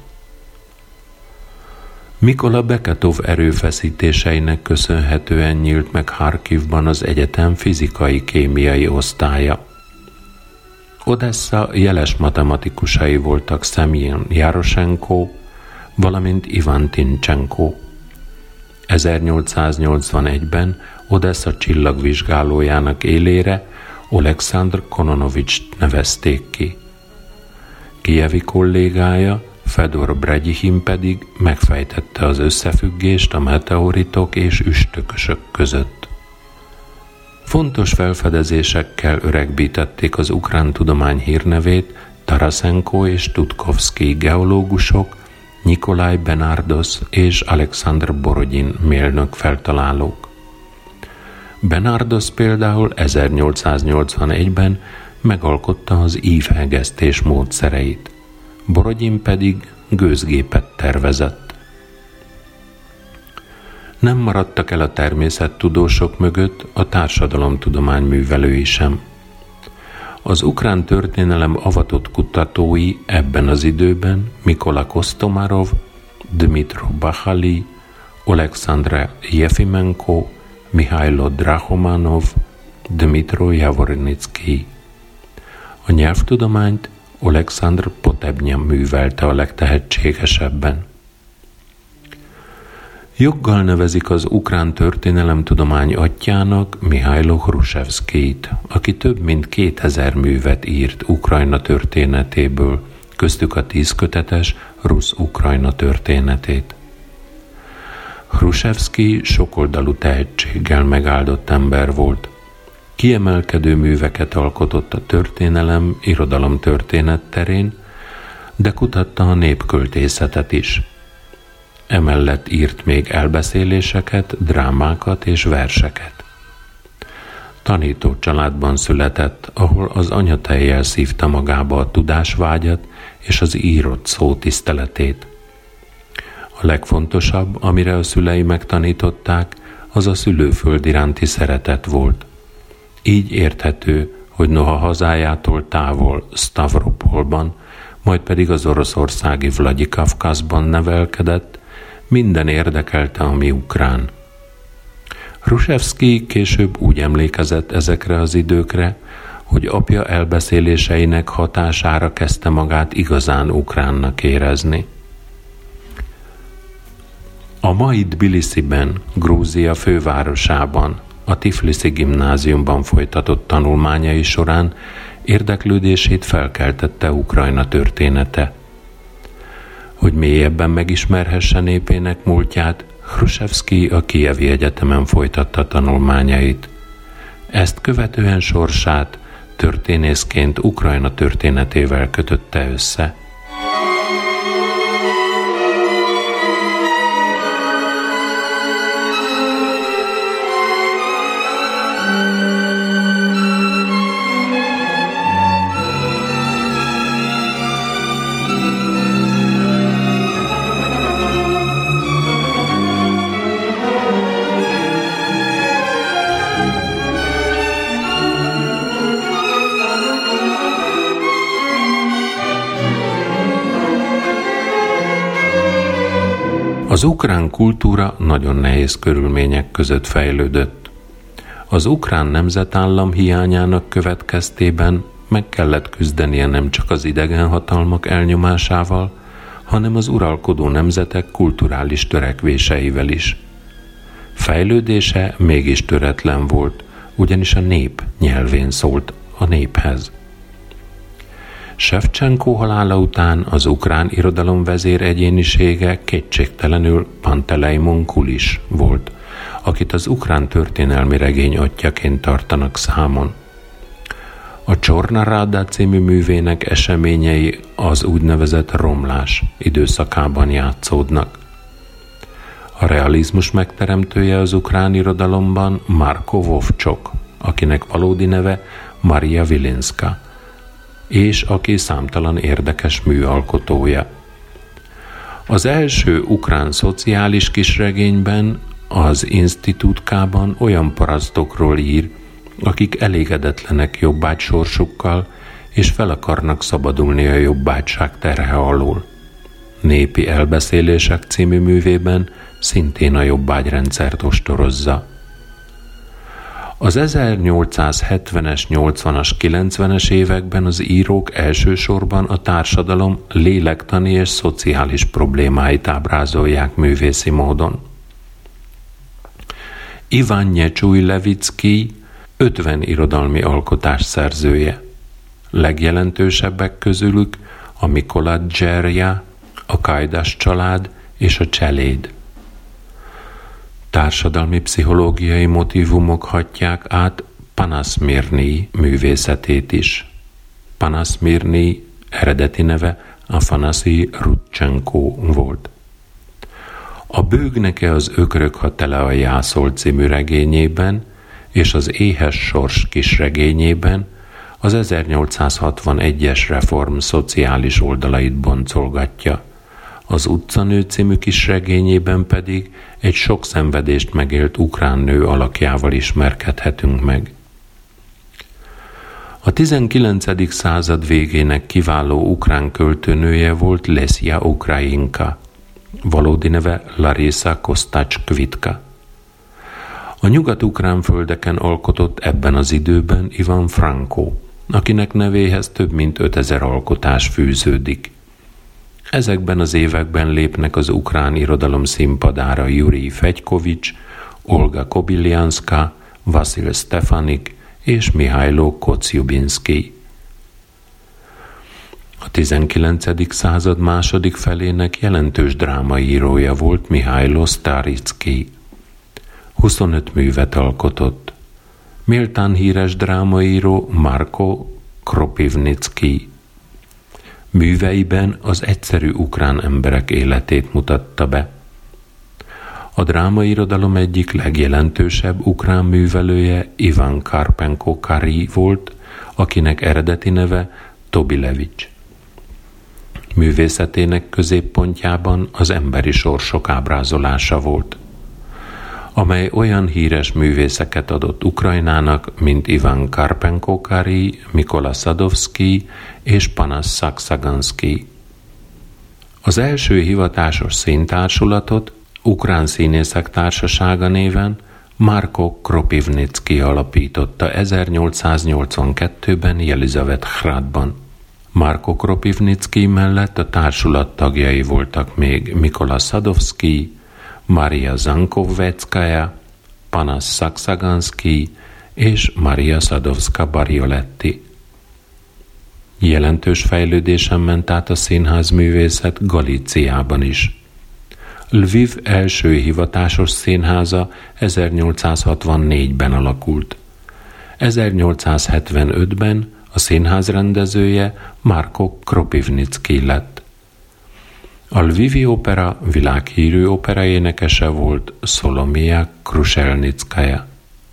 Mikola Beketov erőfeszítéseinek köszönhetően nyílt meg Harkivban az egyetem fizikai-kémiai osztálya. Odessa jeles matematikusai voltak Szemjén Jarosenko, valamint Ivan Tincsenko. ezernyolcszáznyolcvanegyben Odessa csillagvizsgálójának élére Oleksandr Kononovics nevezték ki. Kijevi kollégája, Fedor Bregyihim pedig megfejtette az összefüggést a meteoritok és üstökösök között. Fontos felfedezésekkel öregbítették az ukrán tudomány hírnevét Tarasenko és Tutkovszky geológusok, Nikolaj Benardos és Alexander Borodin mérnök feltalálók. Benardos például ezernyolcszáznyolcvanegyben megalkotta az ívhegesztés módszereit, Borodin pedig gőzgépet tervezett. Nem maradtak el a természettudósok mögött a társadalomtudomány művelői sem. Az ukrán történelem avatott kutatói ebben az időben Mikola Kostomarov, Dmitro Bachali, Oleksandr Jefimenko, Mihailo Drahomanov, Dmitro Javornicki. A nyelvtudományt Oleksandr Potebnya művelte a legtehetségesebben. Joggal nevezik az ukrán történelemtudomány atyjának Mihailo Hrushevszkijt, aki több mint kétezer művet írt Ukrajna történetéből, köztük a tízkötetes Rusz-Ukrajna történetét. Hrushevszkij sokoldalú tehetséggel megáldott ember volt. Kiemelkedő műveket alkotott a történelem, irodalom történet terén, de kutatta a népköltészetet is. Emellett írt még elbeszéléseket, drámákat és verseket. Tanító családban született, ahol az anyatejjel szívta magába a tudásvágyat és az írott szó tiszteletét. A legfontosabb, amire a szülei megtanították, az a szülőföld iránti szeretet volt. Így érthető, hogy noha hazájától távol Stavropolban, majd pedig az oroszországi Vladikavkazban nevelkedett, minden érdekelte, ami ukrán. Hrushevszkij később úgy emlékezett ezekre az időkre, hogy apja elbeszéléseinek hatására kezdte magát igazán ukránnak érezni. A mai Tbilisiben, Grúzia fővárosában, a Tifliszi gimnáziumban folytatott tanulmányai során érdeklődését felkeltette Ukrajna története. Hogy mélyebben megismerhesse népének múltját, Hrushevszkij a Kijevi Egyetemen folytatta tanulmányait. Ezt követően sorsát történészként Ukrajna történetével kötötte össze. Az ukrán kultúra nagyon nehéz körülmények között fejlődött. Az ukrán nemzetállam hiányának következtében meg kellett küzdenie nem csak az idegen hatalmak elnyomásával, hanem az uralkodó nemzetek kulturális törekvéseivel is. Fejlődése mégis töretlen volt, ugyanis a nép nyelvén szólt a néphez. Sevcsenko halála után az ukrán irodalom vezér egyénisége kétségtelenül Panteleimon Kulis volt, akit az ukrán történelmi regény atyjaként tartanak számon. A Csorna Rada című művének eseményei az úgynevezett romlás időszakában játszódnak. A realizmus megteremtője az ukrán irodalomban Marko Vovcsok, akinek valódi neve Maria Vilinska, és aki számtalan érdekes mű alkotója. Az első ukrán szociális kisregényben, az Institútkában olyan parasztokról ír, akik elégedetlenek jobbágy sorsukkal, és fel akarnak szabadulni a jobbágyság terhe alól. Népi elbeszélések című művében szintén a jobbágyrendszert ostorozza. Az ezernyolcszázhetvenes, nyolcvanas, kilencvenes években az írók elsősorban a társadalom lélektani és szociális problémáit ábrázolják művészi módon. Ivan Nyecsúj-Levicki ötven irodalmi alkotás szerzője. Legjelentősebbek közülük a Mikola Dzserja, a Kajdas család és a Cseléd. Társadalmi pszichológiai motívumok hatják át Panaszmirnij művészetét is. Panaszmirnij eredeti neve Afanaszij Rudcsenko volt. A Bőgneke az ökrök, ha tele a jászol című regényében és az Éhes sors kisregényében az ezernyolcszázhatvanegyes reform szociális oldalait boncolgatja. Az Utcanő című kisregényében pedig egy sok szenvedést megélt ukrán nő alakjával ismerkedhetünk meg. A tizenkilencedik század végének kiváló ukrán költőnője volt Lesja Ukrajinka, valódi neve Larisa Kostacs-Kvitka. A nyugat-ukrán földeken alkotott ebben az időben Ivan Franko, akinek nevéhez több mint ötezer alkotás fűződik. Ezekben az években lépnek az ukrán irodalom színpadára Jurij Fegykovics, Olga Kobiljanszka, Vasil Stefanik és Mihajlo Koczjubinszky. A tizenkilencedik század második felének jelentős drámaírója volt Mihajlo Staricki. huszonöt művet alkotott. Méltán híres drámaíró Marko Kropivnicki. Műveiben az egyszerű ukrán emberek életét mutatta be. A drámairodalom egyik legjelentősebb ukrán művelője Ivan Karpenko-Kari volt, akinek eredeti neve Tobilevics. Művészetének középpontjában az emberi sorsok ábrázolása volt, amely olyan híres művészeket adott Ukrajnának, mint Ivan Karpenko-Kari, Mikola Sadovszky és Panas Saksaganszky. Az első hivatásos színtársulatot Ukrán Színészek Társasága néven Marko Kropivnicki alapította ezernyolcszáznyolcvankettőben Jelizavethradban. Marko Kropivnicki mellett a társulat tagjai voltak még Mikola Sadovszky, Maria Zankoveckaja, Panas Saksaganszky és Maria Sadovska-Barioletti. Jelentős fejlődésen ment át a színházművészet Galíciában is. Lviv első hivatásos színháza ezernyolcszázhatvannégyben alakult. ezernyolcszázhetvenötben a színház rendezője Marko Kropivnicki lett. A Lvivi opera világhírű operaénekese volt Szolomija Kruszelnickaja.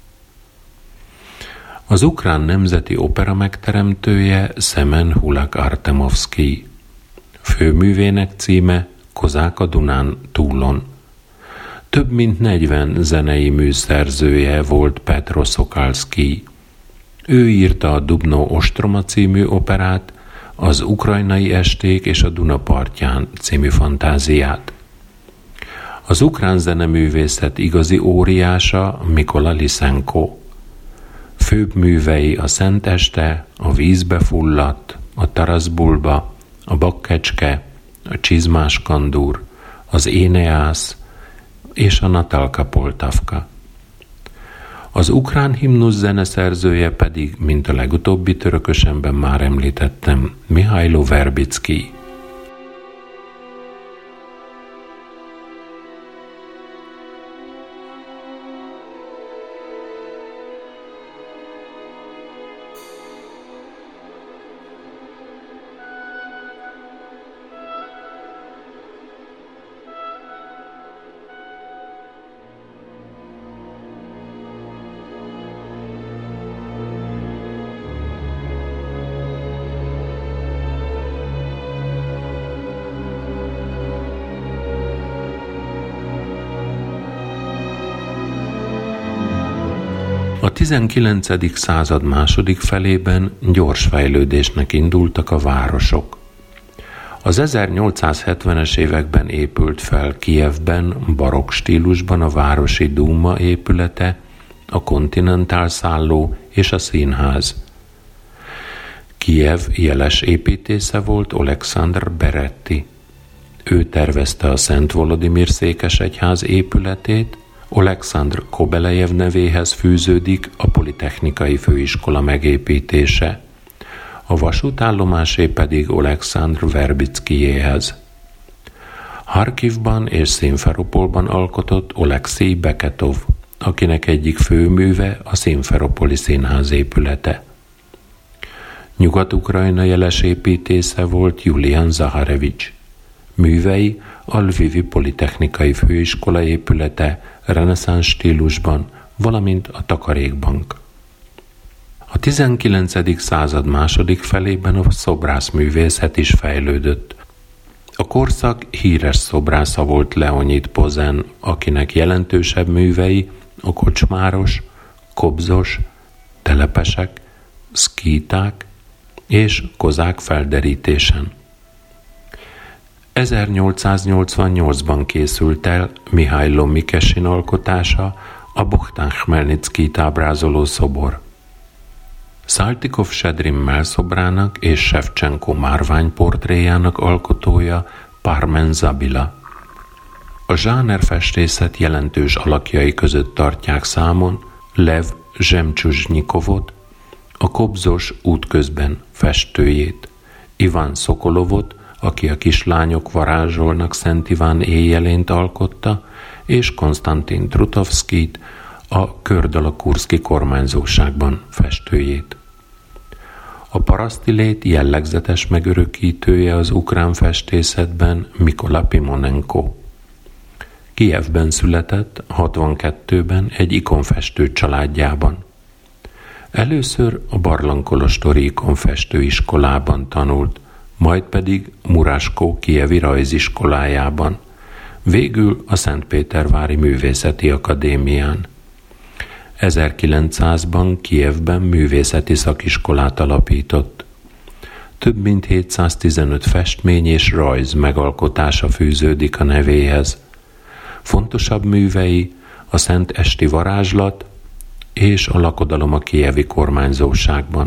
Az ukrán nemzeti opera megteremtője Szemen Hulak Artemovszky. Főművének címe Kozák a Dunán túlon. Több mint negyven zenei műszerzője volt Petro Szokalszky. Ő írta a Dubno ostroma című operát, az Ukrajnai esték és a Duna partján című fantáziát. Az ukrán zeneművészet igazi óriása Mikola Lisenko. Főbb művei a Szent este, a Vízbe fulladt, a Taraszbulba, a Bakkecske, a Csizmás kandúr, az Éneász és a Natalka Poltavka. Az ukrán himnusz zeneszerzője pedig, mint a legutóbbi törökösemben már említettem, Mihajlo Verbicki. A tizenkilencedik század második felében gyors fejlődésnek indultak a városok. Az ezernyolcszázhetvenes években épült fel Kijevben barokk stílusban a városi Dúma épülete, a Continental szálló és a színház. Kijev jeles építésze volt Oleksandr Beretti. Ő tervezte a Szent Volodimir székesegyház épületét, Oleksandr Kobelejev nevéhez fűződik a Politechnikai Főiskola megépítése, a vasútállomásé pedig Oleksandr Verbickijéhez. Harkivban és Szimferopolban alkotott Olekszij Beketov, akinek egyik főműve a Szimferopoli színház épülete. Nyugat-Ukrajna jeles építésze volt Julian Zaharevics. Művei a Lvivi Politechnikai Főiskola épülete reneszánsz stílusban, valamint a Takarékbank. A tizenkilencedik század második felében a szobrászművészet is fejlődött. A korszak híres szobrásza volt Leonid Pozen, akinek jelentősebb művei a Kocsmáros, Kobzos, Telepesek, Szkíták és Kozák felderítésen. ezernyolcszáznyolcvannyolcban készült el Mihajlo Mikesin alkotása, a Bohtán Khmelnickijt ábrázoló szobor. Szaltikov Sedrin mellszobrának és Sevcsenko márvány portréjának alkotója Parmen Zabila. A zsánerfestészet jelentős alakjai között tartják számon Lev Zsemcsuzsnyikovot, a Kobzos útközben festőjét, Ivan Szokolovot, aki a Kislányok varázsolnak Szent Iván éjjelént alkotta, és Konstantin Trutovszkijt, a Kördala-Kurszki kormányzóságban festőjét. A paraszti lét jellegzetes megörökítője az ukrán festészetben Mikola Pimonenko. Kijevben született hatvankettőben egy ikonfestő családjában. Először a Barlangkolostori ikonfestőiskolában tanult, majd pedig Muraskó kijevi rajziskolájában, végül a Szentpétervári Művészeti Akadémián. ezerkilencszázban Kijevben művészeti szakiskolát alapított. Több mint hétszáztizenöt festmény és rajz megalkotása fűződik a nevéhez. Fontosabb művei a Szent Esti varázslat és a Lakodalom a kijevi kormányzóságban.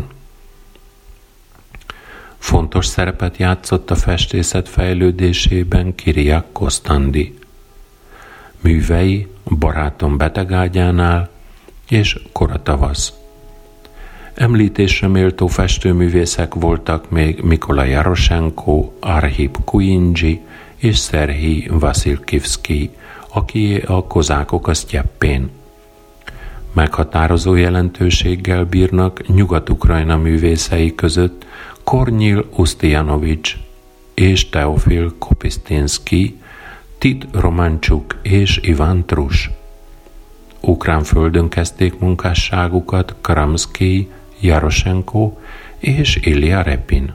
Fontos szerepet játszott a festészet fejlődésében Kiriak Kostandi. Művei Barátom betegágyánál és Kora tavasz. Említésre méltó festőművészek voltak még Mikola Jarosenko, Arhip Kuindzsi és Szerhij Vasilkivszkij, aki a Kozákok a sztyeppén. Meghatározó jelentőséggel bírnak Nyugat-Ukrajna művészei között Kornyil Usztijanovics és Teofil Kopisztinszkij, Tit Romancsuk és Ivan Trus. Ukrán földön kezdték munkásságukat Kramszkij, Jarosenko és Ilja Repin.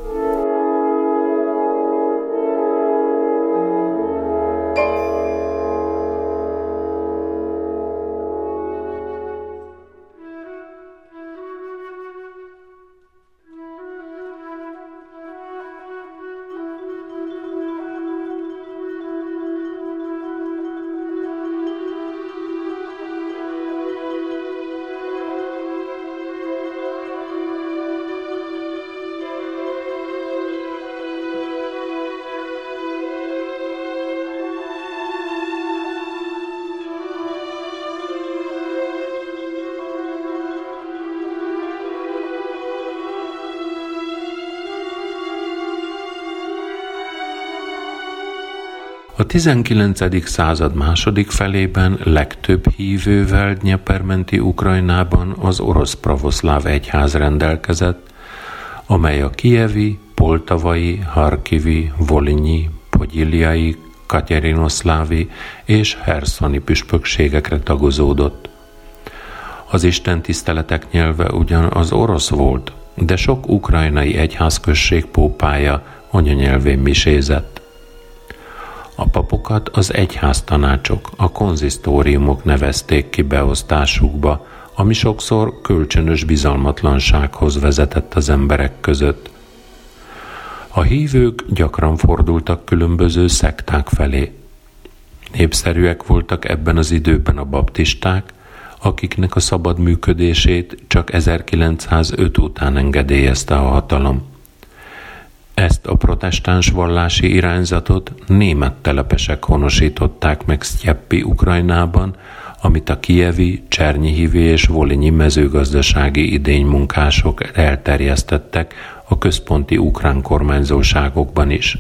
A tizenkilencedik század második felében legtöbb hívővel Dnyepermenti Ukrajnában az orosz pravoszláv egyház rendelkezett, amely a kijevi, poltavai, harkivi, volinyi, podyiljai, katyerinoszlávi és herszoni püspökségekre tagozódott. Az istentiszteletek nyelve ugyan az orosz volt, de sok ukrajnai egyházközség pópája anyanyelvén misézett. A papokat az egyháztanácsok, a konzisztóriumok nevezték ki beosztásukba, ami sokszor kölcsönös bizalmatlansághoz vezetett az emberek között. A hívők gyakran fordultak különböző szekták felé. Népszerűek voltak ebben az időben a baptisták, akiknek a szabad működését csak ezerkilencszázöt után engedélyezte a hatalom. Ezt a protestáns vallási irányzatot német telepesek honosították meg Sztyeppi Ukrajnában, amit a kijevi, csernihivi és volinyi mezőgazdasági idénymunkások elterjesztettek a központi ukrán kormányzóságokban is.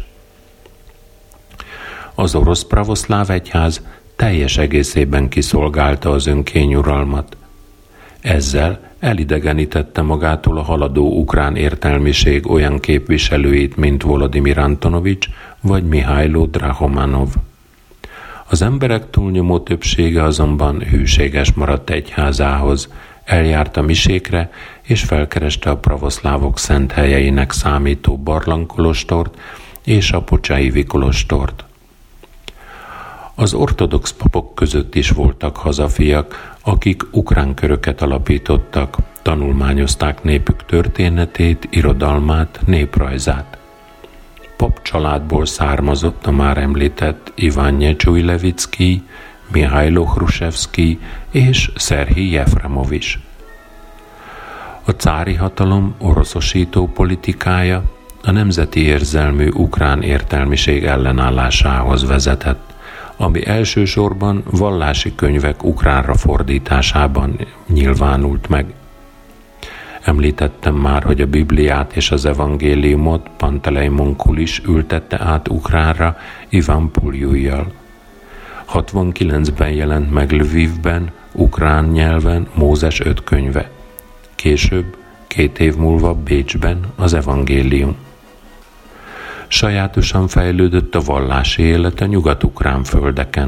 Az orosz pravoszláv egyház teljes egészében kiszolgálta az önkényuralmat. Ezzel elidegenítette magától a haladó ukrán értelmiség olyan képviselőit, mint Volodimir Antonovics vagy Mihailo Drahomanov. Az emberek túlnyomó többsége azonban hűséges maradt egyházához, eljárt a misékre és felkereste a pravoszlávok szent helyeinek számító barlangkolostort és a Pocsaivi kolostort. Az ortodox papok között is voltak hazafiak, akik ukrán köröket alapítottak, tanulmányozták népük történetét, irodalmát, néprajzát. Pap családból származott a már említett Ivan Nyecsúj-Levicki, Mihailo Hrusevszki és Szerhij Jefremov is. A cári hatalom oroszosító politikája a nemzeti érzelmű ukrán értelmiség ellenállásához vezetett, ami elsősorban vallási könyvek ukránra fordításában nyilvánult meg. Említettem már, hogy a Bibliát és az evangéliumot Pantelejmon Kulis ültette át ukránra Ivan Puljujjal. hatvankilencben jelent meg Lvivben, ukrán nyelven Mózes öt könyve. Később, két év múlva Bécsben az evangélium. Sajátosan fejlődött a vallási élet a nyugat-ukrán földeken.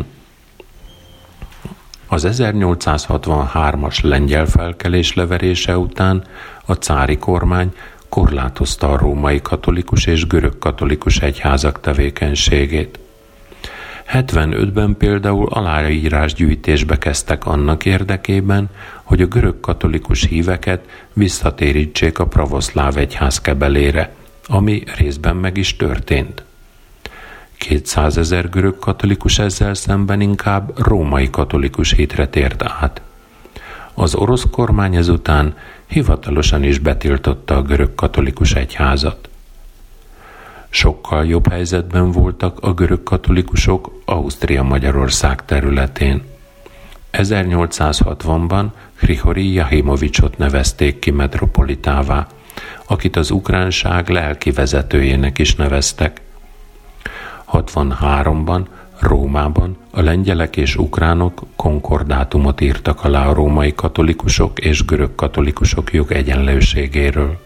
Az ezernyolcszázhatvanhármas lengyel felkelés leverése után a cári kormány korlátozta a római katolikus és görög katolikus egyházak tevékenységét. hetvenötben például aláírásgyűjtésbe kezdtek annak érdekében, hogy a görög katolikus híveket visszatérítsék a pravoszláv egyház kebelére, ami részben meg is történt. kétszázezer görög katolikus ezzel szemben inkább római katolikus hitre tért át. Az orosz kormány ezután hivatalosan is betiltotta a görög katolikus egyházat. Sokkal jobb helyzetben voltak a görög katolikusok Ausztria-Magyarország területén. ezernyolcszázhatvanban Hrihorij Jahimovicsot nevezték ki metropolitává, akit az ukránság lelki vezetőjének is neveztek. hatvanháromban Rómában a lengyelek és ukránok konkordátumot írtak alá a római katolikusok és görög katolikusok jogegyenlőségéről.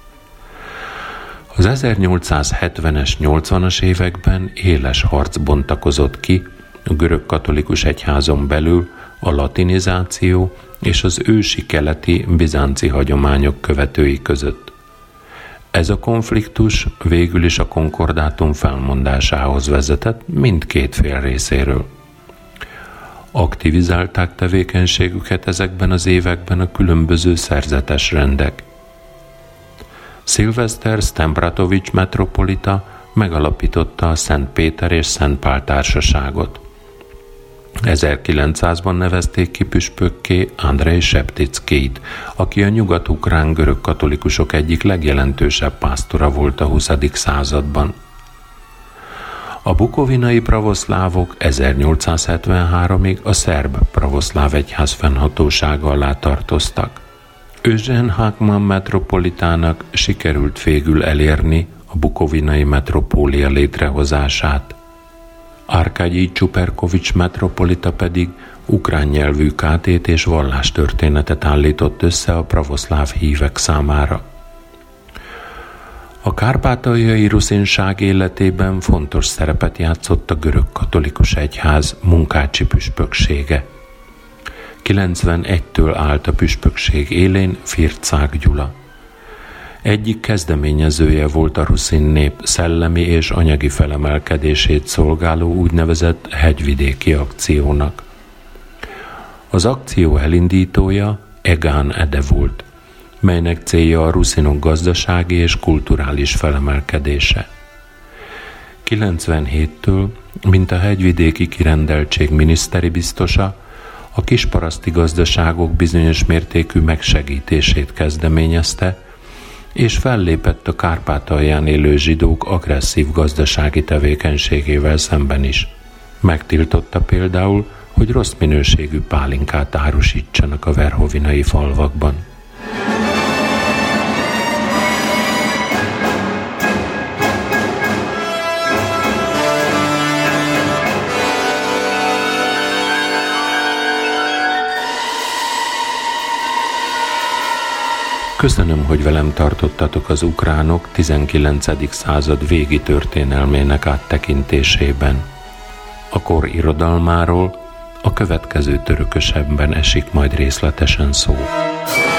Az ezernyolcszázhetvenes, nyolcvanas években éles harc bontakozott ki a görög katolikus egyházon belül a latinizáció és az ősi keleti bizánci hagyományok követői között. Ez a konfliktus végül is a konkordátum felmondásához vezetett mindkét fél részéről. Aktivizálták tevékenységüket ezekben az években a különböző szerzetes rendek. Szilveszter Sztembratovics metropolita megalapította a Szent Péter és Szent Pál társaságot. ezerkilencszázban nevezték ki püspökké Andrej Septickijt, aki a nyugat-ukrán görög katolikusok egyik legjelentősebb pásztora volt a huszadik században. A bukovinai pravoszlávok ezernyolcszázhetvenháromig a szerb pravoszláv egyház fennhatósága alá tartoztak. Eugen Hackmann metropolitának sikerült végül elérni a bukovinai metropólia létrehozását. Arkadij Csuperkovics metropolita pedig ukrán nyelvű kátét és vallástörténetet állított össze a pravoszláv hívek számára. A kárpátaljai ruszinság életében fontos szerepet játszott a görög katolikus egyház munkácsi püspöksége. kilencvenegytől állt a püspökség élén Fircák Gyula. Egyik kezdeményezője volt a ruszin nép szellemi és anyagi felemelkedését szolgáló úgynevezett hegyvidéki akciónak. Az akció elindítója Egán Ede volt, melynek célja a ruszinok gazdasági és kulturális felemelkedése. kilencvenhéttől, mint a hegyvidéki kirendeltség miniszteri biztosa, a kisparaszti gazdaságok bizonyos mértékű megsegítését kezdeményezte, és fellépett a Kárpátalján élő zsidók agresszív gazdasági tevékenységével szemben is. Megtiltotta például, hogy rossz minőségű pálinkát árusítsanak a verhovinai falvakban. Köszönöm, hogy velem tartottatok az ukránok tizenkilencedik század végi történelmének áttekintésében. A kor irodalmáról a következő törökösebben esik majd részletesen szó.